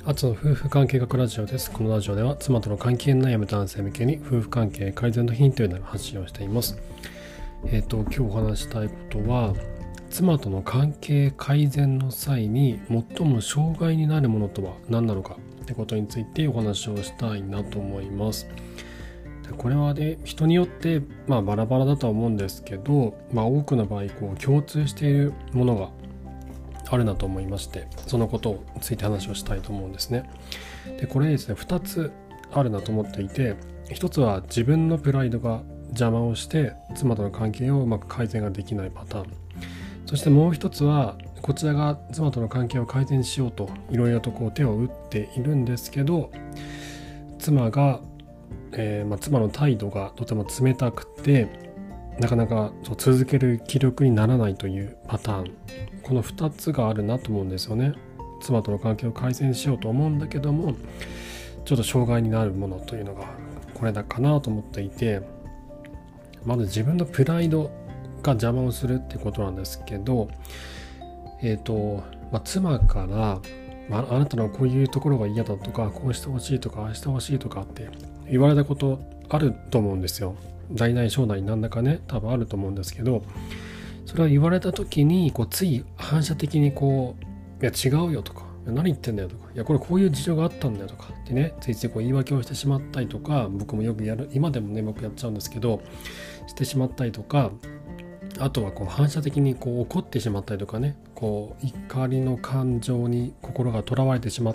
アツの夫婦関係学ラジオです。このラジオでは妻との関係に悩む男性向けに夫婦関係改善のヒントになる発信をしています。今日お話したいことは、妻との関係改善の際に最も障害になるものとは何なのかってことについてお話をしたいなと思います。でこれはね、人によってバラバラだとは思うんですけど、多くの場合共通しているものがあるなと思いまして、そのことについて話をしたいと思うんですね。でこれですね、2つあるなと思っていて、1つは自分のプライドが邪魔をして妻との関係をうまく改善ができないパターン、そしてもう1つはこちらが妻との関係を改善しようといろいろと手を打っているんですけど、妻が、妻の態度がとても冷たくてなかなか続ける気力にならないというパターン、この2つがあるなと思うんですよね。妻との関係を改善しようと思うんだけども、ちょっと障害になるものというのがこれだかなと思っていて、まず自分のプライドが邪魔をするってことなんですけど、妻からあなたのこういうところが嫌だとか、こうしてほしいとかああしてほしいとかって言われたことあると思うんですよ。大なり小なりなんだかね、多分あると思うんですけど、それを言われた時につい反射的にいや違うよとか、何言ってんだよとか、いやこれこういう事情があったんだよとかってね、ついつい言い訳をしてしまったりとか、僕もよく今でもね僕やっちゃうんですけど、してしまったりとか、あとは反射的に怒ってしまったりとかね、怒りの感情に心がとらわれてしまって、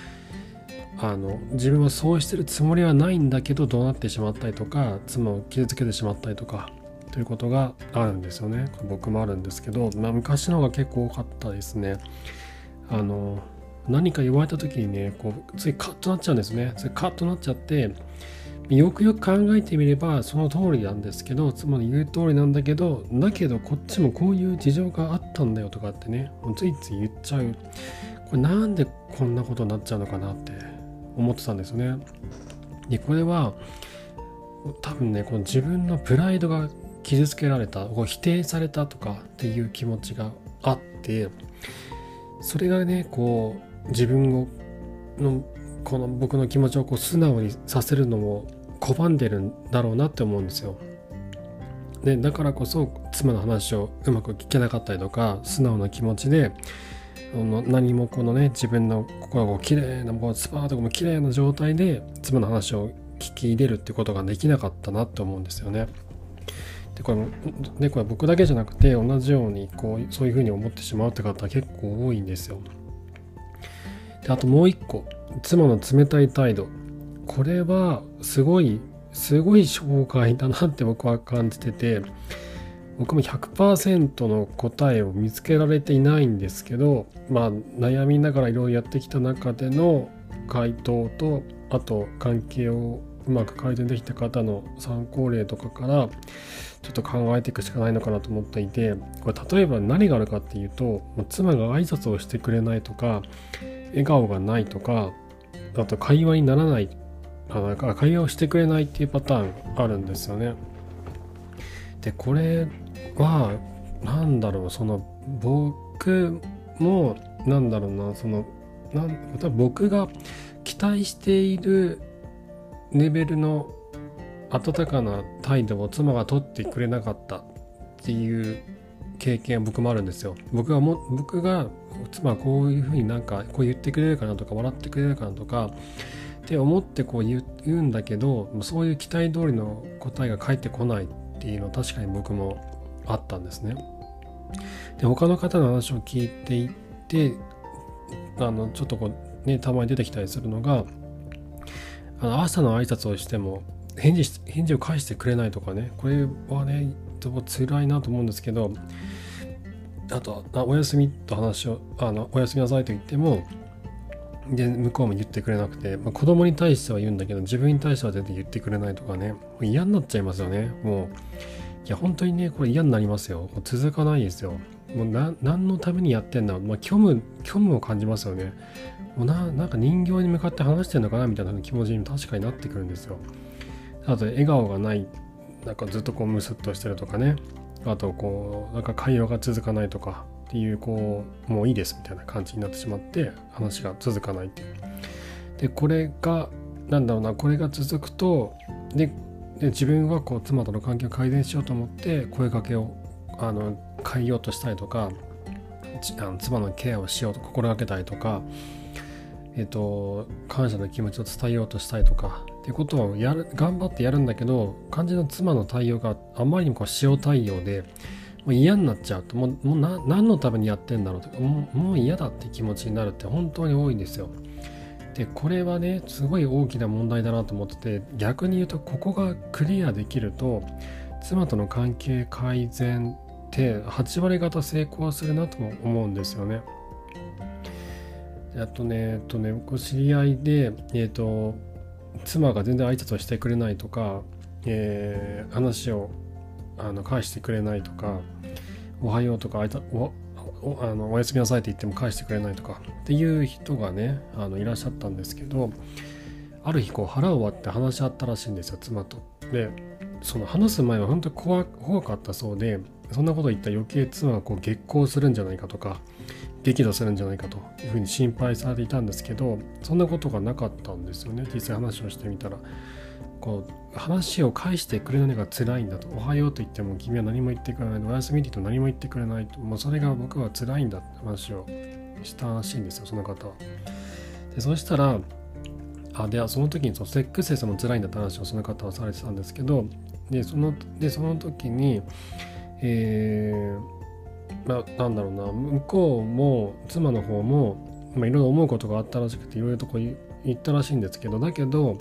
自分はそうしてるつもりはないんだけど怒鳴ってしまったりとか、妻を傷つけてしまったりとかということがあるんですよね。僕もあるんですけど、昔の方が結構多かったですね。何か言われた時にね、ついカッとなっちゃうんですね。ついカッとなっちゃって、よくよく考えてみればその通りなんですけど、妻の言う通りなんだけどこっちもこういう事情があったんだよとかってね、ついつい言っちゃう。これなんでこんなことになっちゃうのかなって思ってたんですよね。でこれは多分ね、自分のプライドが傷つけられた、否定されたとかっていう気持ちがあって、それがね自分の僕の気持ちを素直にさせるのを拒んでるんだろうなって思うんですよ。でだからこそ妻の話をうまく聞けなかったりとか、素直な気持ちで何も自分の心が綺麗なスパーとかも綺麗な状態で妻の話を聞き入れるってことができなかったなって思うんですよね。でこれ僕だけじゃなくて、同じようにそういうふうに思ってしまうって方は結構多いんですよ。であともう一個、妻の冷たい態度、これはすごい障害だなって僕は感じてて、僕も 100% の答えを見つけられていないんですけど、悩みながらいろいろやってきた中での回答と、あと関係をうまく改善できた方の参考例とかからちょっと考えていくしかないのかなと思っていて、これ例えば何があるかっていうと、妻が挨拶をしてくれないとか、笑顔がないとか、あと会話にならない、会話をしてくれないっていうパターンあるんですよね。でこれは僕も多分僕が期待しているレベルの温かな態度を妻が取ってくれなかったっていう経験は僕もあるんですよ。僕が妻はこういうふうにこう言ってくれるかなとか、笑ってくれるかなとかって思って言うんだけど、そういう期待通りの答えが返ってこないっていうのは確かに僕もあったんですね。で他の方の話を聞いていて、ちょっとたまに出てきたりするのが、朝の挨拶をしても返事を返してくれないとかね、これはね辛いなと思うんですけど、あとおやすみと話をおやすみなさいと言ってもで向こうも言ってくれなくて、子供に対しては言うんだけど自分に対しては全然言ってくれないとかね、嫌になっちゃいますよね。もういや本当にね、これ嫌になりますよ。続かないですよ。もう何のためにやってんだ、虚無を感じますよね。もうなんか人形に向かって話してんのかなみたいな気持ちに確かになってくるんですよ。あと笑顔がない、ずっとムスッとしてるとかね、 あとなんか会話が続かないとかっていうもういいですみたいな感じになってしまって話が続かないっていう。でこれがこれが続くとで自分は妻との関係を改善しようと思って声かけを変えようとしたりとか、妻のケアをしようと心がけたりとか、感謝の気持ちを伝えようとしたりとかっていうことを頑張ってやるんだけど、肝心の妻の対応があまりにも塩対応でもう嫌になっちゃうと、もう何のためにやってんだろうとか、もう嫌だって気持ちになるって本当に多いんですよ。でこれはねすごい大きな問題だなと思ってて、逆に言うとここがクリアできると妻との関係改善って8割方成功するなとも思うんですよね。あとね知り合いで妻が全然挨拶をしてくれないとか、話を返してくれないとか、おはようとかおやすみなさいって言っても返してくれないとかっていう人がねいらっしゃったんですけど、ある日腹を割って話し合ったらしいんですよ、妻と。でその話す前は本当に怖かったそうで、そんなこと言ったら余計妻が激高するんじゃないかとか激怒するんじゃないかというふうに心配されていたんですけど、そんなことがなかったんですよね。実際話をしてみたら話を返してくれないのが辛いんだと。おはようと言っても君は何も言ってくれない。おやすみって言っても何も言ってくれないと。もうそれが僕は辛いんだって話をしたらしいんですよ、その方は。でそしたらその時にセックスレスも辛いんだって話をその方はされてたんですけど、その時に向こうも妻の方もいろいろ思うことがあったらしくていろいろと言ったらしいんですけど、だけど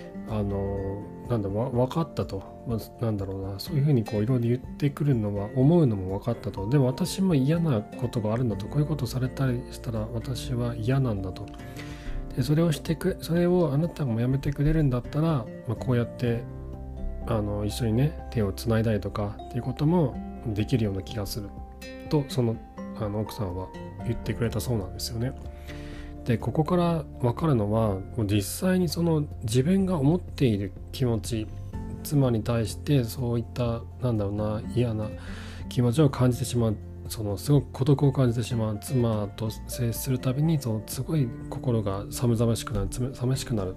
分かったと、そういうふうにいろいろ言ってくるのは思うのも分かったと。でも私も嫌なことがあるんだと、こういうことされたりしたら私は嫌なんだと。でそれをあなたもやめてくれるんだったら、こうやって一緒にね手をつないだりとかっていうこともできるような気がすると、その奥さんは言ってくれたそうなんですよね。でここから分かるのは、実際に自分が思っている気持ち、妻に対してそういった嫌な気持ちを感じてしまう、すごく孤独を感じてしまう妻と接するたびにすごい心が寂しくなる、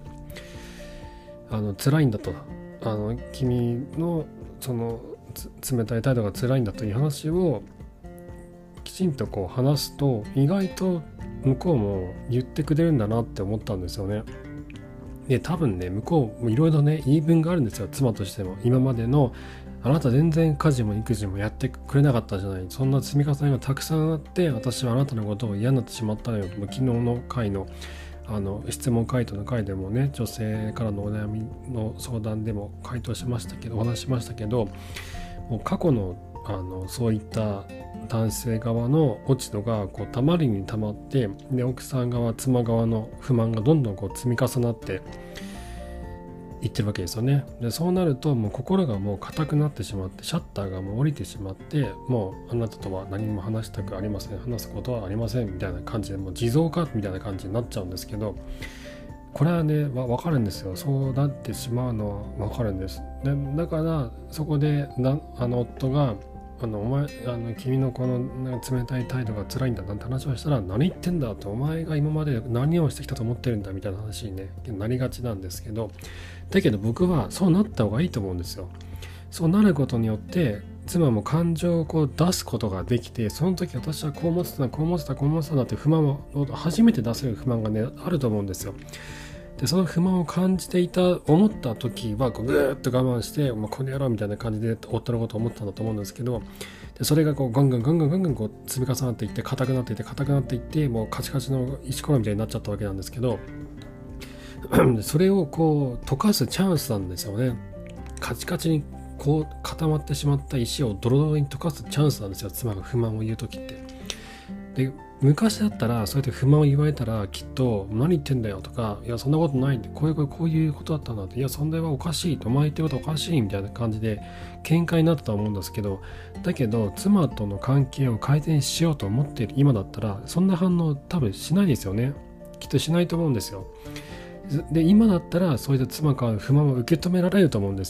辛いんだと、君の冷たい態度が辛いんだという話をきちんと話すと、意外と向こうも言ってくれるんだなって思ったんですよね。で多分ね向こうもいろいろね言い分があるんですよ、妻としても。今までのあなた全然家事も育児もやってくれなかったじゃない、そんな積み重ねがたくさんあって私はあなたのことを嫌になってしまったのよ。昨日の回の質問回答の回でもね、女性からのお悩みの相談でもお話しましたけど、もう過去のそういった男性側の落ち度がたまりにたまって、で奥さん側妻側の不満がどんどん積み重なっていってるわけですよね。でそうなるともう心がもう硬くなってしまって、シャッターがもう降りてしまって、もうあなたとは何も話したくありません、話すことはありませんみたいな感じで、もう地蔵かみたいな感じになっちゃうんですけど、これはね分かるんですよ。そうなってしまうのは分かるんです。でだからそこで夫がお前君のこの冷たい態度が辛いんだなんて話をしたら、何言ってんだと、お前が今まで何をしてきたと思ってるんだみたいな話にねなりがちなんですけど、だけど僕はそうなった方がいいと思うんですよ。そうなることによって妻も感情を出すことができて、その時私はこう思ってたって不満を初めて出せる不満がねあると思うんですよ。でその不満を感じて思った時はぐーっと我慢して、この野郎みたいな感じで夫のことを思ったんだと思うんですけど、でそれがガンガン積み重なっていって硬くなっていって、もうカチカチの石ころみたいになっちゃったわけなんですけどそれを溶かすチャンスなんですよね。カチカチに固まってしまった石をドロドロに溶かすチャンスなんですよ、妻が不満を言う時って。で昔だったらそうやって不満を言われたらきっと何言ってんだよとか、いやそんなことないんでこういうことだったんだって、いやそんなはおかしいと、お前言ってることおかしいみたいな感じで喧嘩になったと思うんですけど、だけど妻との関係を改善しようと思っている今だったらそんな反応多分しないですよね。きっとしないと思うんですよ。で今だったらそういった妻から不満を受け止められると思うんですよ。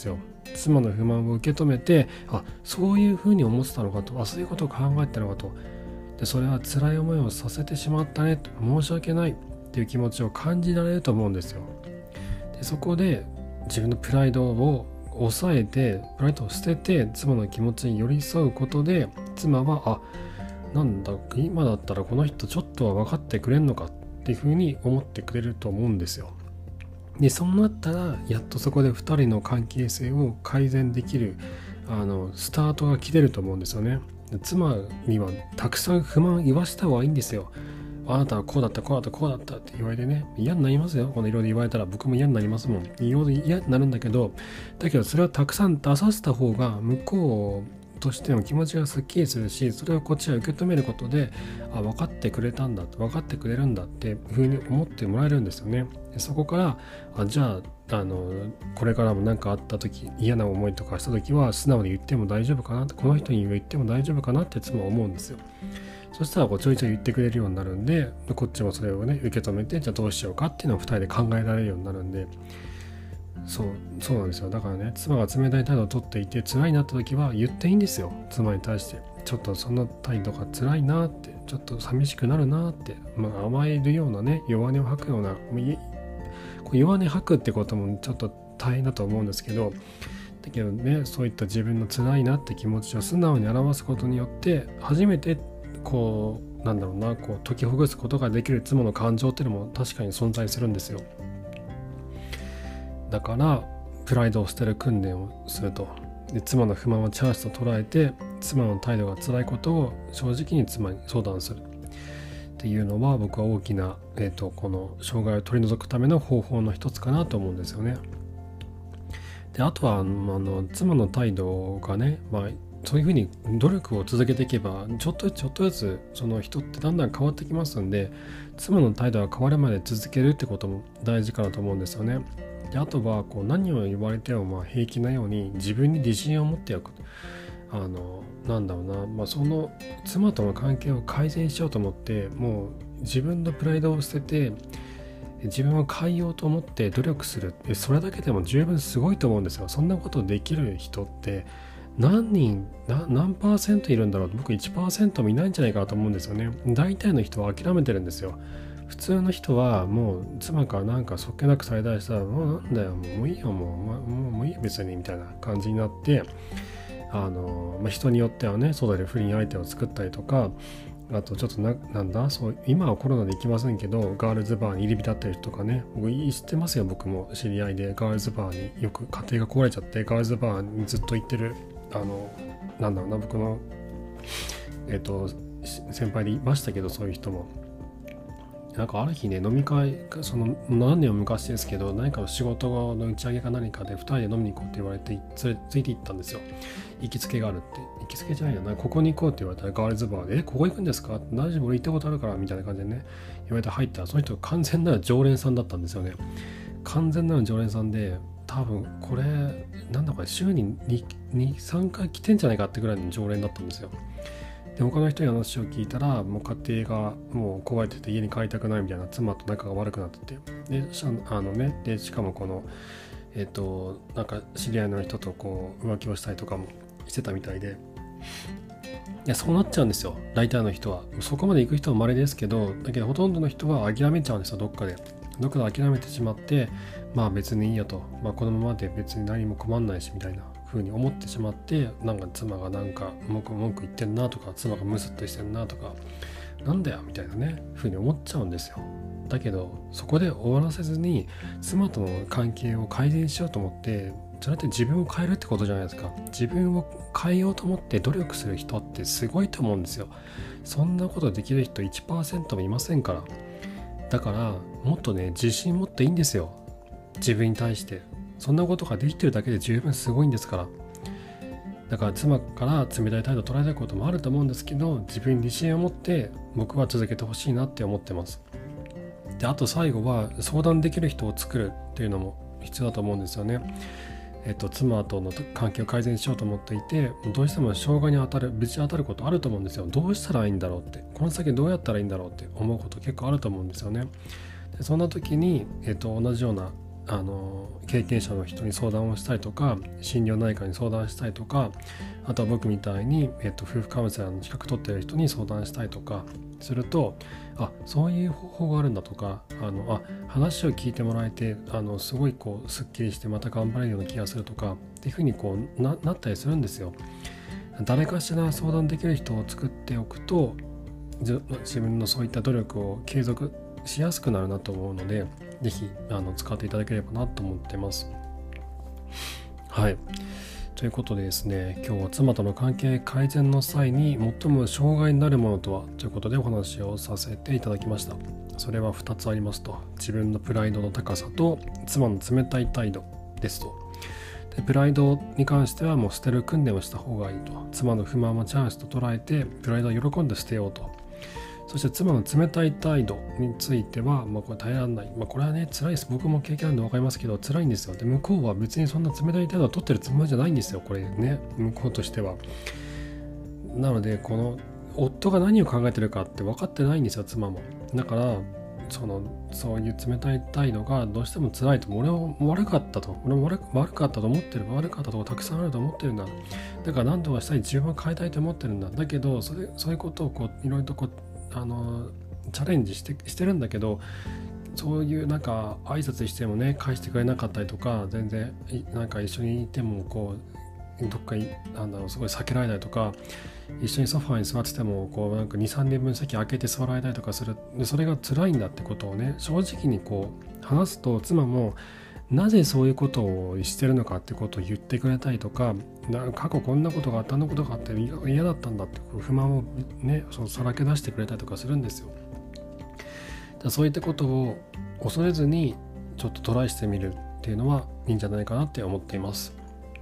妻の不満を受け止めて、そういうふうに思ってたのかと、そういうことを考えてたのかと、でそれは辛い思いをさせてしまったねと、申し訳ないっていう気持ちを感じられると思うんですよ。でそこで自分のプライドを抑えて、プライドを捨てて妻の気持ちに寄り添うことで、妻はなんだ今だったらこの人ちょっとは分かってくれんのかっていうふうに思ってくれると思うんですよ。でそうなったらやっとそこで2人の関係性を改善できるスタートが切れると思うんですよね。妻にはたくさん不満言わした方がいいんですよ。あなたはこうだったこうだったこうだったって言われてね、嫌になりますよ。このいろいろ言われたら僕も嫌になりますもん。いろいろ嫌になるんだけどそれをたくさん出させた方が向こうとしての気持ちがすっきりするし、それをこっちは受け止めることで分かってくれたんだ、分かってくれるんだっていうふうに思ってもらえるんですよね。でそこからじゃあこれからも何かあった時、嫌な思いとかした時は素直に言っても大丈夫かなって、この人に言っても大丈夫かなって妻は思うんですよ。そしたらちょいちょい言ってくれるようになるんで、こっちもそれをね受け止めて、じゃあどうしようかっていうのを2人で考えられるようになるんで、そうなんですよ。だからね、妻が冷たい態度をとっていて辛いなった時は言っていいんですよ。妻に対してちょっとその態度が辛いなって、ちょっと寂しくなるなって、甘えるようなね、弱音を吐くような、弱音吐くってこともちょっと大変だと思うんですけど、だけどね、そういった自分の辛いなって気持ちを素直に表すことによって初めて解きほぐすことができる妻の感情っていうのも確かに存在するんですよ。だからプライドを捨てる訓練をすると、で妻の不満をチャンスと捉えて、妻の態度が辛いことを正直に妻に相談するっていうのは、僕は大きな、この障害を取り除くための方法の一つかなと思うんですよね。であとは妻の態度がね、そういうふうに努力を続けていけばちょっとずつその人ってだんだん変わってきますんで、妻の態度が変わるまで続けるってことも大事かなと思うんですよね。であとは何を言われても平気なように自分に自信を持っておく。その妻との関係を改善しようと思って、もう自分のプライドを捨てて自分を変えようと思って努力する。それだけでも十分すごいと思うんですよ。そんなことできる人って何%いるんだろう。僕 1% もいないんじゃないかなと思うんですよね。大体の人は諦めてるんですよ。普通の人はもう妻からなんかそっけなくされたりしたら、もうなんだよ、もういいよ、もういいよ別にみたいな感じになって、人によってはね、外で不倫相手を作ったりとか、あとちょっとそう今はコロナで行きませんけど、ガールズバーに入り浸ってる人とかね、僕知ってますよ。僕も知り合いでガールズバーによく家庭が壊れちゃって、ガールズバーにずっと行ってる僕の先輩でいましたけど、そういう人もなんかある日ね、飲み会、その何年も昔ですけど、何かの仕事の打ち上げか何かで2人で飲みに行こうって言われてついて行ったんですよ。行きつけがあるって。行きつけじゃないよな、ここに行こうって言われたらガールズバーで、ここ行くんですか？大丈夫、俺行ったことあるからみたいな感じでね、言われて入ったら、その人完全なる常連さんだったんですよね。完全なる常連さんで、多分これ週に2、3回来てんじゃないかってぐらいの常連だったんですよ。で他の人に話を聞いたら、もう家庭がもう壊れてて家に帰りたくないみたいな、妻と仲が悪くなってて、でしかもこのなんか知り合いの人と浮気をしたりとかもしてたみたいで、そうなっちゃうんですよ。大体の人は。そこまで行く人は稀ですけど、だけどほとんどの人は諦めちゃうんですよ。どっかで諦めてしまって、別にいいやと、このままで別に何も困んないしみたいな風に思ってしまって、妻が文句言ってんなとか、妻がムスッとしてんなとか、なんだよみたいなね風に思っちゃうんですよ。だけどそこで終わらせずに、妻との関係を改善しようと思って、それって自分を変えるってことじゃないですか。自分を変えようと思って努力する人ってすごいと思うんですよ。そんなことできる人 1% もいませんから。だからもっとね、自信持っていいんですよ。自分に対してそんなことができてるだけで十分すごいんですから。だから妻から冷たい態度を取られることもあると思うんですけど、自分に自信を持って僕は続けてほしいなって思ってます。であと最後は相談できる人を作るっていうのも必要だと思うんですよね。妻との関係を改善しようと思っていて、どうしても障害にぶち当たることあると思うんですよ。どうしたらいいんだろうって、この先どうやったらいいんだろうって思うこと結構あると思うんですよね。でそんな時に、同じような経験者の人に相談をしたりとか、心療内科に相談したりとか、あとは僕みたいに、夫婦カウンセラーの資格取ってる人に相談したりとかすると、そういう方法があるんだとか、話を聞いてもらえてすごいすっきりしてまた頑張れるような気がするとかっていうふうになったりするんですよ。誰かしら相談できる人を作っておくと、自分のそういった努力を継続しやすくなるなと思うので、ぜひ使っていただければなと思っています。はい、ということでですね、今日は妻との関係改善の際に最も障害になるものとはということでお話をさせていただきました。それは2つありますと。自分のプライドの高さと妻の冷たい態度ですと。でプライドに関してはもう捨てる訓練をした方がいいと。妻の不満はチャンスと捉えてプライドを喜んで捨てようと。そして妻の冷たい態度については、これ耐えられない。これはね、辛いです。僕も経験あるんで分かりますけど、辛いんですよ。で、向こうは別にそんな冷たい態度を取ってるつもりじゃないんですよ。これね、向こうとしては。なので、この夫が何を考えてるかって分かってないんですよ、妻も。だから、そういう冷たい態度がどうしても辛いと。俺も悪かったと。俺も悪かったと思ってる。悪かったとこたくさんあると思ってるんだ。だから何とかしたい、自分を変えたいと思ってるんだ。だけど、そういうことをいろいろとチャレンジしてるんだけど、そういう挨拶してもね返してくれなかったりとか、全然一緒にいてもどっかすごい避けられたりとか、一緒にソファーに座ってても2、3年分席開けて座られたりとかする。でそれが辛いんだってことをね、正直に話すと、妻もなぜそういうことをしてるのかってことを言ってくれたりとか、過去こんなことがあった、あのことがあって嫌だったんだって不満をねさらけ出してくれたりとかするんですよ。そういったことを恐れずにちょっとトライしてみるっていうのはいいんじゃないかなって思っています。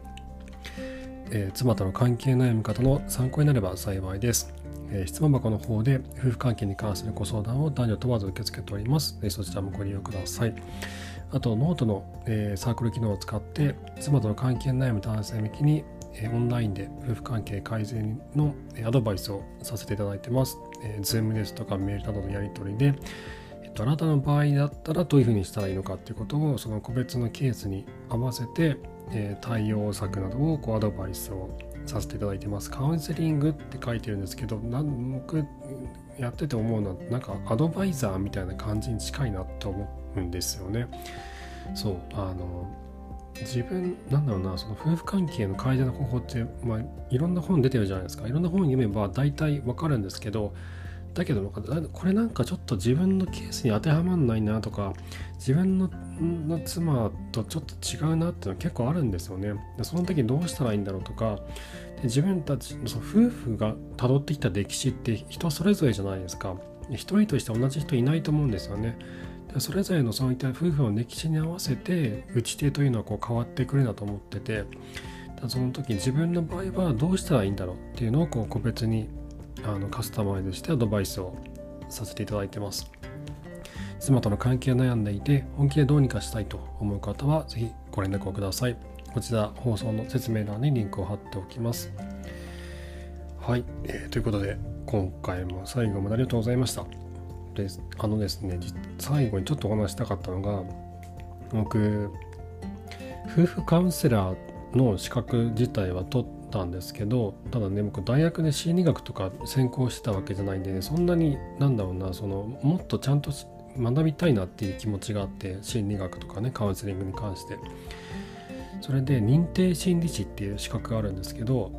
妻との関係悩む方の参考になれば幸いです。質問箱の方で夫婦関係に関するご相談を男女問わず受け付けております。そちらもご利用ください。あとノートの、サークル機能を使って妻との関係悩む男性向きに、オンラインで夫婦関係改善のアドバイスをさせていただいてます。Zoom ですとかメールなどのやり取りで、あなたの場合だったらどういうふうにしたらいいのかっていうことをその個別のケースに合わせて、対応策などをアドバイスをさせていただいてます。カウンセリングって書いてるんですけど、僕やってて思うのはアドバイザーみたいな感じに近いなと思うんですよね。そう自分その夫婦関係の改善の方法って、いろんな本出てるじゃないですか。いろんな本読めば大体わかるんですけど、だけどこれちょっと自分のケースに当てはまんないなとか、自分の妻とちょっと違うなっていうのは結構あるんですよね。でその時どうしたらいいんだろうとか、で自分たちの夫婦が辿ってきた歴史って人それぞれじゃないですか。一人として同じ人いないと思うんですよね。でそれぞれのそういった夫婦の歴史に合わせて打ち手というのは変わってくるなと思ってて、その時自分の場合はどうしたらいいんだろうっていうのを個別にカスタマイズしてアドバイスをさせていただいてます。妻との関係を悩んでいて本気でどうにかしたいと思う方はぜひご連絡をください。こちら放送の説明欄にリンクを貼っておきます。はい、ということで今回も最後までありがとうございました。ですね、最後にちょっとお話したかったのが、僕夫婦カウンセラーの資格自体は取ったんですけど、ただね、僕大学で心理学とか専攻してたわけじゃないんでね、そんなにもっとちゃんと学びたいなっていう気持ちがあって、心理学とかねカウンセリングに関して、それで認定心理師っていう資格があるんですけど、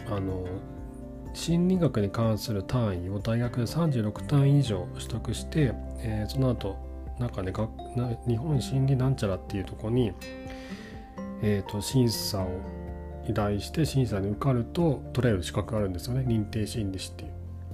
心理学に関する単位を大学で36単位以上取得して、その後日本心理なんちゃらっていうところに、審査を依頼して審査に受かると取れる資格があるんですよね。認定心理師っていう。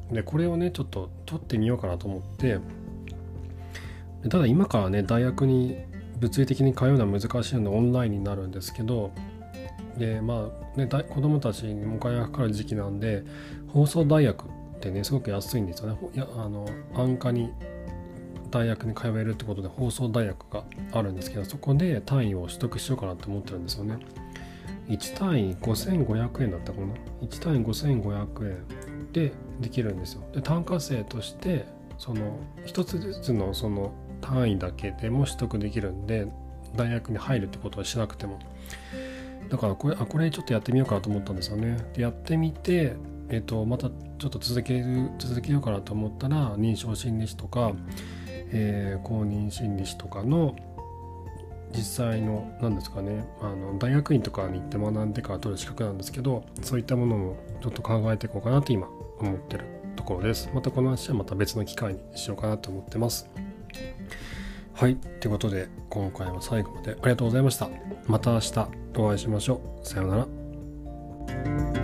でこれをねちょっと取ってみようかなと思って、ただ今からね大学に物理的に通うのは難しいのでオンラインになるんですけど、で子供たちにもお金がかかる時期なんで、放送大学ってねすごく安いんですよね。安価に大学に通えるってことで放送大学があるんですけど、そこで単位を取得しようかなと思ってるんですよね。1単位5500円だったかな。1単位5500円でできるんですよ。で単科生としてその一つずつのその単位だけでも取得できるんで、 大学に入るってことはしなくても。だからこれちょっとやってみようかなと思ったんですよね。でやってみて、またちょっと続けようかなと思ったら、臨床心理士とか、公認心理士とかの実際の何ですかね、大学院とかに行って学んでから取る資格なんですけど、そういったものもちょっと考えていこうかなと今思ってるところです。またこの話はまた別の機会にしようかなと思ってます。はい、ということで今回は最後までありがとうございました。また明日お会いしましょう。さようなら。